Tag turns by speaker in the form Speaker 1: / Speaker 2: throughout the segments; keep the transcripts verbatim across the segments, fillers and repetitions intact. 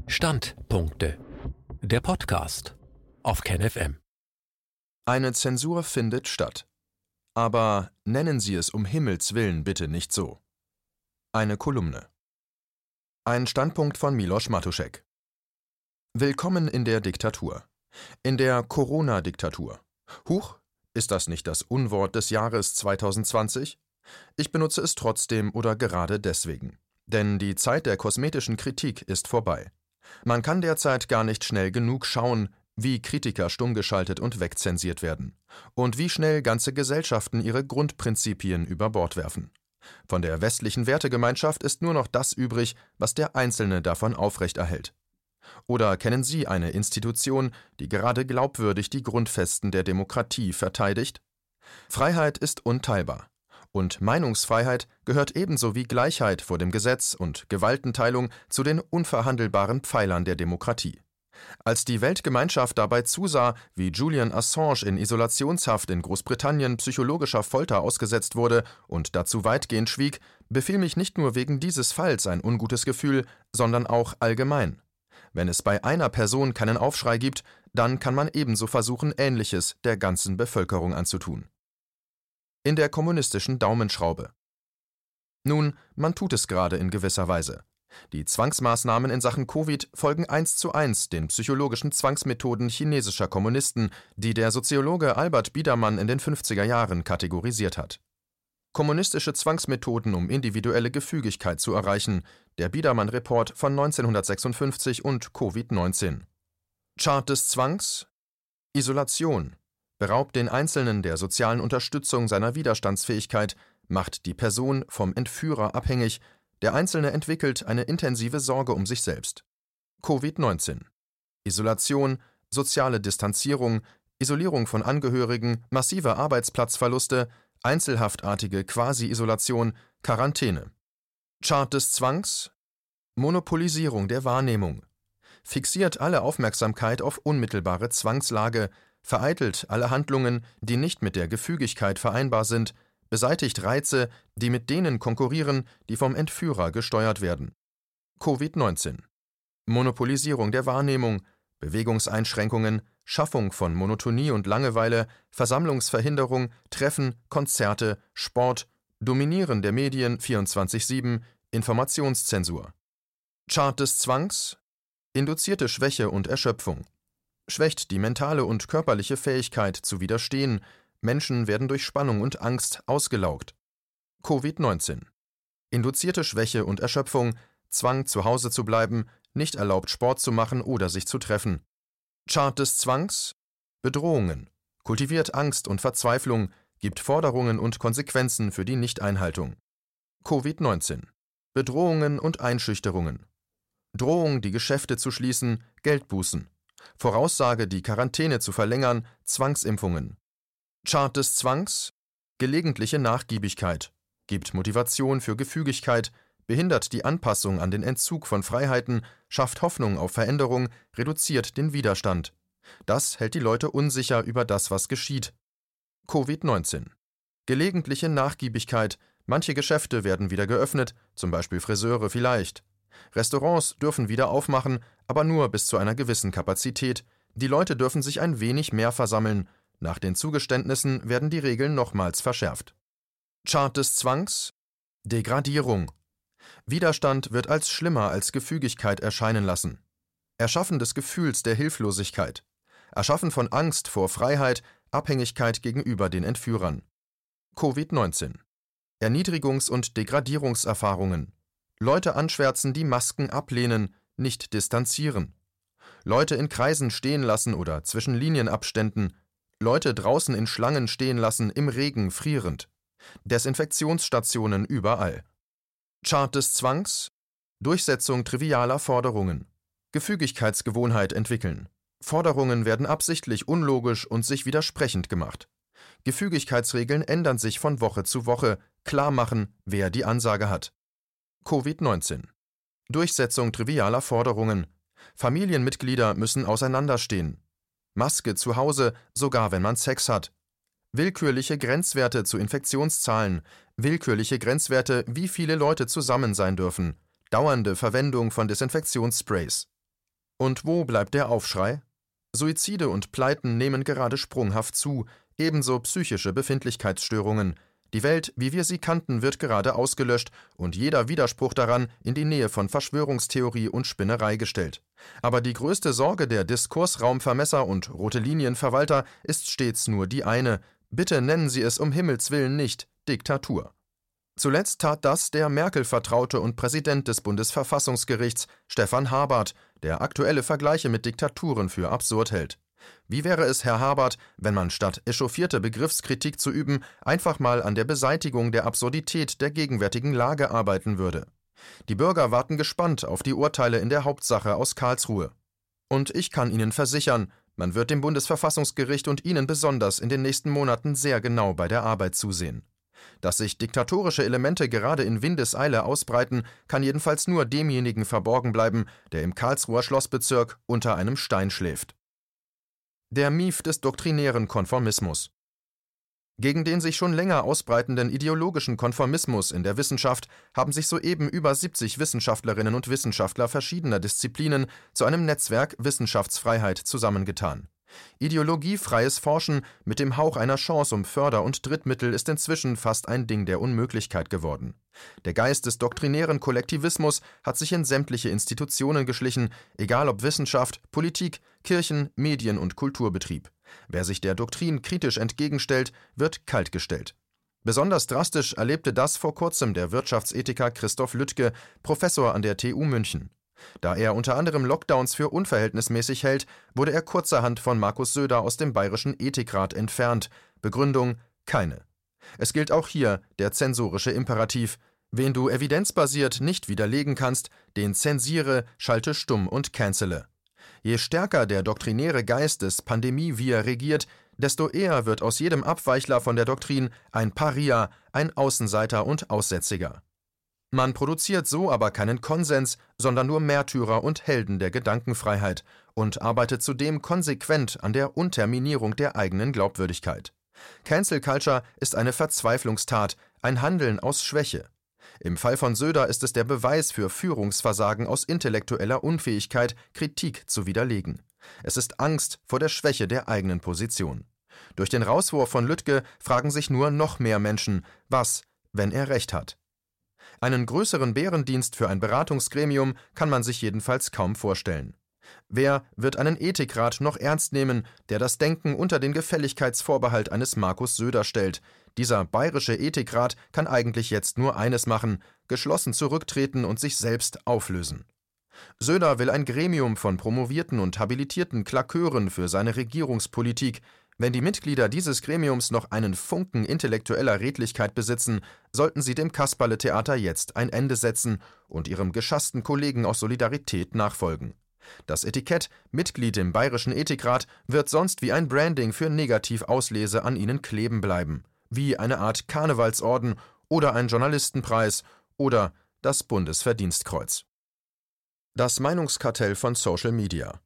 Speaker 1: Standpunkte. Der Podcast auf KenFM.
Speaker 2: Eine Zensur findet statt. Aber nennen Sie es um Himmels Willen bitte nicht so. Eine Kolumne. Ein Standpunkt von Miloš Matušek. Willkommen in der Diktatur. In der Corona-Diktatur. Huch, ist das nicht das Unwort des Jahres zweitausendzwanzig? Ich benutze es trotzdem oder gerade deswegen. Denn die Zeit der kosmetischen Kritik ist vorbei. Man kann derzeit gar nicht schnell genug schauen, wie Kritiker stummgeschaltet und wegzensiert werden und wie schnell ganze Gesellschaften ihre Grundprinzipien über Bord werfen. Von der westlichen Wertegemeinschaft ist nur noch das übrig, was der Einzelne davon aufrechterhält. Oder kennen Sie eine Institution, die gerade glaubwürdig die Grundfesten der Demokratie verteidigt? Freiheit ist unteilbar. Und Meinungsfreiheit gehört ebenso wie Gleichheit vor dem Gesetz und Gewaltenteilung zu den unverhandelbaren Pfeilern der Demokratie. Als die Weltgemeinschaft dabei zusah, wie Julian Assange in Isolationshaft in Großbritannien psychologischer Folter ausgesetzt wurde und dazu weitgehend schwieg, befiel mich nicht nur wegen dieses Falls ein ungutes Gefühl, sondern auch allgemein. Wenn es bei einer Person keinen Aufschrei gibt, dann kann man ebenso versuchen, Ähnliches der ganzen Bevölkerung anzutun. In der kommunistischen Daumenschraube. Nun, man tut es gerade in gewisser Weise. Die Zwangsmaßnahmen in Sachen Covid folgen eins zu eins den psychologischen Zwangsmethoden chinesischer Kommunisten, die der Soziologe Albert Biedermann in den fünfziger Jahren kategorisiert hat. Kommunistische Zwangsmethoden, um individuelle Gefügigkeit zu erreichen, der Biedermann-Report von neunzehnhundertsechsundfünfzig und Covid neunzehn. Chart des Zwangs: Isolation. Beraubt den Einzelnen der sozialen Unterstützung seiner Widerstandsfähigkeit, macht die Person vom Entführer abhängig, der Einzelne entwickelt eine intensive Sorge um sich selbst. Covid neunzehn. Isolation, soziale Distanzierung, Isolierung von Angehörigen, massive Arbeitsplatzverluste, einzelhaftartige Quasi-Isolation, Quarantäne. Chart des Zwangs: Monopolisierung der Wahrnehmung. Fixiert alle Aufmerksamkeit auf unmittelbare Zwangslage, vereitelt alle Handlungen, die nicht mit der Gefügigkeit vereinbar sind, beseitigt Reize, die mit denen konkurrieren, die vom Entführer gesteuert werden. Covid neunzehn. Monopolisierung der Wahrnehmung, Bewegungseinschränkungen, Schaffung von Monotonie und Langeweile, Versammlungsverhinderung, Treffen, Konzerte, Sport, Dominieren der Medien vierundzwanzig sieben, Informationszensur. Chart des Zwangs: Induzierte Schwäche und Erschöpfung. Schwächt die mentale und körperliche Fähigkeit zu widerstehen, Menschen werden durch Spannung und Angst ausgelaugt. Covid neunzehn. Induzierte Schwäche und Erschöpfung, Zwang zu Hause zu bleiben, nicht erlaubt Sport zu machen oder sich zu treffen. Chart des Zwangs: Bedrohungen. Kultiviert Angst und Verzweiflung, gibt Forderungen und Konsequenzen für die Nichteinhaltung. Covid neunzehn. Bedrohungen und Einschüchterungen. Drohung, die Geschäfte zu schließen, Geldbußen. Voraussage, die Quarantäne zu verlängern, Zwangsimpfungen. Chart des Zwangs: Gelegentliche Nachgiebigkeit, gibt Motivation für Gefügigkeit, behindert die Anpassung an den Entzug von Freiheiten, schafft Hoffnung auf Veränderung, reduziert den Widerstand. Das hält die Leute unsicher über das, was geschieht. Covid neunzehn. Gelegentliche Nachgiebigkeit, manche Geschäfte werden wieder geöffnet, zum Beispiel Friseure vielleicht. Restaurants dürfen wieder aufmachen, aber nur bis zu einer gewissen Kapazität. Die Leute dürfen sich ein wenig mehr versammeln. Nach den Zugeständnissen werden die Regeln nochmals verschärft. Chart des Zwangs: Degradierung. Widerstand wird als schlimmer als Gefügigkeit erscheinen lassen. Erschaffen des Gefühls der Hilflosigkeit. Erschaffen von Angst vor Freiheit, Abhängigkeit gegenüber den Entführern. Covid neunzehn. Erniedrigungs- und Degradierungserfahrungen. Leute anschwärzen, die Masken ablehnen, nicht distanzieren. Leute in Kreisen stehen lassen oder zwischen Linienabständen. Leute draußen in Schlangen stehen lassen, im Regen frierend. Desinfektionsstationen überall. Chart des Zwangs: Durchsetzung trivialer Forderungen. Gefügigkeitsgewohnheit entwickeln. Forderungen werden absichtlich unlogisch und sich widersprechend gemacht. Gefügigkeitsregeln ändern sich von Woche zu Woche, klar machen, wer die Ansage hat. Covid neunzehn. Durchsetzung trivialer Forderungen. Familienmitglieder müssen auseinanderstehen. Maske zu Hause, sogar wenn man Sex hat. Willkürliche Grenzwerte zu Infektionszahlen, willkürliche Grenzwerte, wie viele Leute zusammen sein dürfen, dauernde Verwendung von Desinfektionssprays. Und wo bleibt der Aufschrei? Suizide und Pleiten nehmen gerade sprunghaft zu, ebenso psychische Befindlichkeitsstörungen. Die Welt, wie wir sie kannten, wird gerade ausgelöscht und jeder Widerspruch daran in die Nähe von Verschwörungstheorie und Spinnerei gestellt. Aber die größte Sorge der Diskursraumvermesser und Rote-Linien-Verwalter ist stets nur die eine: Bitte nennen Sie es um Himmels willen nicht Diktatur. Zuletzt tat das der Merkel-Vertraute und Präsident des Bundesverfassungsgerichts, Stefan Habart, der aktuelle Vergleiche mit Diktaturen für absurd hält. Wie wäre es, Herr Habart, wenn man statt echauffierte Begriffskritik zu üben, einfach mal an der Beseitigung der Absurdität der gegenwärtigen Lage arbeiten würde? Die Bürger warten gespannt auf die Urteile in der Hauptsache aus Karlsruhe. Und ich kann Ihnen versichern, man wird dem Bundesverfassungsgericht und Ihnen besonders in den nächsten Monaten sehr genau bei der Arbeit zusehen. Dass sich diktatorische Elemente gerade in Windeseile ausbreiten, kann jedenfalls nur demjenigen verborgen bleiben, der im Karlsruher Schlossbezirk unter einem Stein schläft. Der Mief des doktrinären Konformismus. Gegen den sich schon länger ausbreitenden ideologischen Konformismus in der Wissenschaft haben sich soeben über siebzig Wissenschaftlerinnen und Wissenschaftler verschiedener Disziplinen zu einem Netzwerk Wissenschaftsfreiheit zusammengetan. Ideologiefreies Forschen mit dem Hauch einer Chance um Förder- und Drittmittel ist inzwischen fast ein Ding der Unmöglichkeit geworden. Der Geist des doktrinären Kollektivismus hat sich in sämtliche Institutionen geschlichen, egal ob Wissenschaft, Politik, Kirchen, Medien- und Kulturbetrieb. Wer sich der Doktrin kritisch entgegenstellt, wird kaltgestellt. Besonders drastisch erlebte das vor kurzem der Wirtschaftsethiker Christoph Lüttke, Professor an der T U München. Da er unter anderem Lockdowns für unverhältnismäßig hält, wurde er kurzerhand von Markus Söder aus dem Bayerischen Ethikrat entfernt. Begründung: keine. Es gilt auch hier der zensorische Imperativ: Wen du evidenzbasiert nicht widerlegen kannst, den zensiere, schalte stumm und cancele. Je stärker der doktrinäre Geist des Pandemie-Wir regiert, desto eher wird aus jedem Abweichler von der Doktrin ein Paria, ein Außenseiter und Aussätziger. Man produziert so aber keinen Konsens, sondern nur Märtyrer und Helden der Gedankenfreiheit und arbeitet zudem konsequent an der Unterminierung der eigenen Glaubwürdigkeit. Cancel Culture ist eine Verzweiflungstat, ein Handeln aus Schwäche. Im Fall von Söder ist es der Beweis für Führungsversagen aus intellektueller Unfähigkeit, Kritik zu widerlegen. Es ist Angst vor der Schwäche der eigenen Position. Durch den Rauswurf von Lüttke fragen sich nur noch mehr Menschen, was, wenn er recht hat. Einen größeren Bärendienst für ein Beratungsgremium kann man sich jedenfalls kaum vorstellen. Wer wird einen Ethikrat noch ernst nehmen, der das Denken unter den Gefälligkeitsvorbehalt eines Markus Söder stellt? Dieser bayerische Ethikrat kann eigentlich jetzt nur eines machen: geschlossen zurücktreten und sich selbst auflösen. Söder will ein Gremium von promovierten und habilitierten Klakeuren für seine Regierungspolitik. Wenn die Mitglieder dieses Gremiums noch einen Funken intellektueller Redlichkeit besitzen, sollten sie dem Kasperle-Theater jetzt ein Ende setzen und ihrem geschassten Kollegen aus Solidarität nachfolgen. Das Etikett Mitglied im Bayerischen Ethikrat wird sonst wie ein Branding für Negativauslese an ihnen kleben bleiben, wie eine Art Karnevalsorden oder ein Journalistenpreis oder das Bundesverdienstkreuz. Das Meinungskartell von Social Media.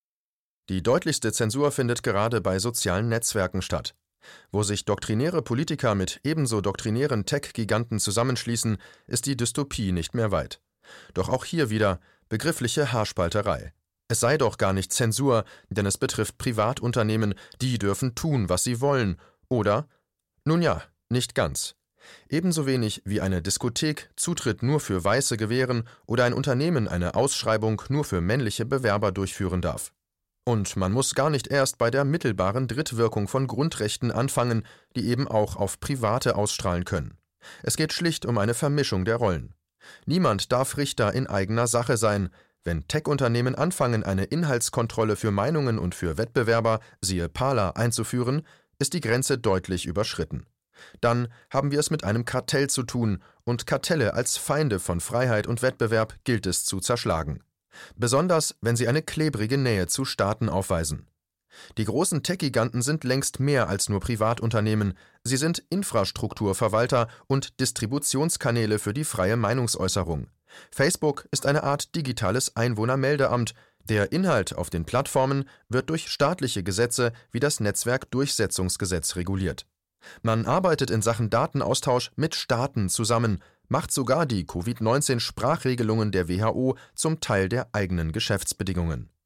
Speaker 2: Die deutlichste Zensur findet gerade bei sozialen Netzwerken statt. Wo sich doktrinäre Politiker mit ebenso doktrinären Tech-Giganten zusammenschließen, ist die Dystopie nicht mehr weit. Doch auch hier wieder begriffliche Haarspalterei. Es sei doch gar nicht Zensur, denn es betrifft Privatunternehmen, die dürfen tun, was sie wollen. Oder? Nun ja, nicht ganz. Ebenso wenig wie eine Diskothek Zutritt nur für Weiße gewähren oder ein Unternehmen eine Ausschreibung nur für männliche Bewerber durchführen darf. Und man muss gar nicht erst bei der mittelbaren Drittwirkung von Grundrechten anfangen, die eben auch auf Private ausstrahlen können. Es geht schlicht um eine Vermischung der Rollen. Niemand darf Richter in eigener Sache sein. Wenn Tech-Unternehmen anfangen, eine Inhaltskontrolle für Meinungen und für Wettbewerber, siehe Parler, einzuführen, ist die Grenze deutlich überschritten. Dann haben wir es mit einem Kartell zu tun, und Kartelle als Feinde von Freiheit und Wettbewerb gilt es zu zerschlagen. Besonders, wenn sie eine klebrige Nähe zu Staaten aufweisen. Die großen Tech-Giganten sind längst mehr als nur Privatunternehmen. Sie sind Infrastrukturverwalter und Distributionskanäle für die freie Meinungsäußerung. Facebook ist eine Art digitales Einwohnermeldeamt. Der Inhalt auf den Plattformen wird durch staatliche Gesetze wie das Netzwerkdurchsetzungsgesetz reguliert. Man arbeitet in Sachen Datenaustausch mit Staaten zusammen, macht sogar die Covid neunzehn Sprachregelungen der W H O zum Teil der eigenen Geschäftsbedingungen.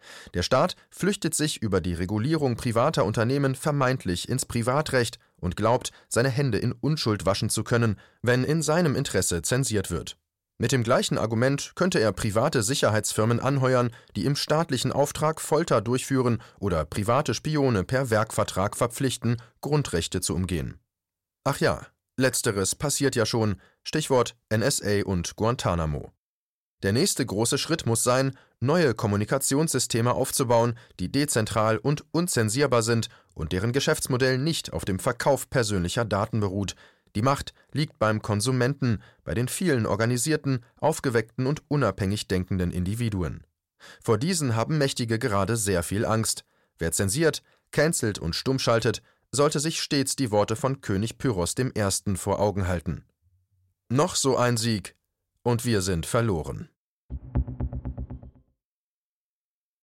Speaker 2: Der Staat flüchtet sich über die Regulierung privater Unternehmen vermeintlich ins Privatrecht und glaubt, seine Hände in Unschuld waschen zu können, wenn in seinem Interesse zensiert wird. Mit dem gleichen Argument könnte er private Sicherheitsfirmen anheuern, die im staatlichen Auftrag Folter durchführen oder private Spione per Werkvertrag verpflichten, Grundrechte zu umgehen. Ach ja, letzteres passiert ja schon, Stichwort N S A und Guantanamo. Der nächste große Schritt muss sein, neue Kommunikationssysteme aufzubauen, die dezentral und unzensierbar sind und deren Geschäftsmodell nicht auf dem Verkauf persönlicher Daten beruht. Die Macht liegt beim Konsumenten, bei den vielen organisierten, aufgeweckten und unabhängig denkenden Individuen. Vor diesen haben Mächtige gerade sehr viel Angst. Wer zensiert, cancelt und stummschaltet, sollte sich stets die Worte von König Pyrrhos der Erste vor Augen halten. Noch so ein Sieg, und wir sind verloren.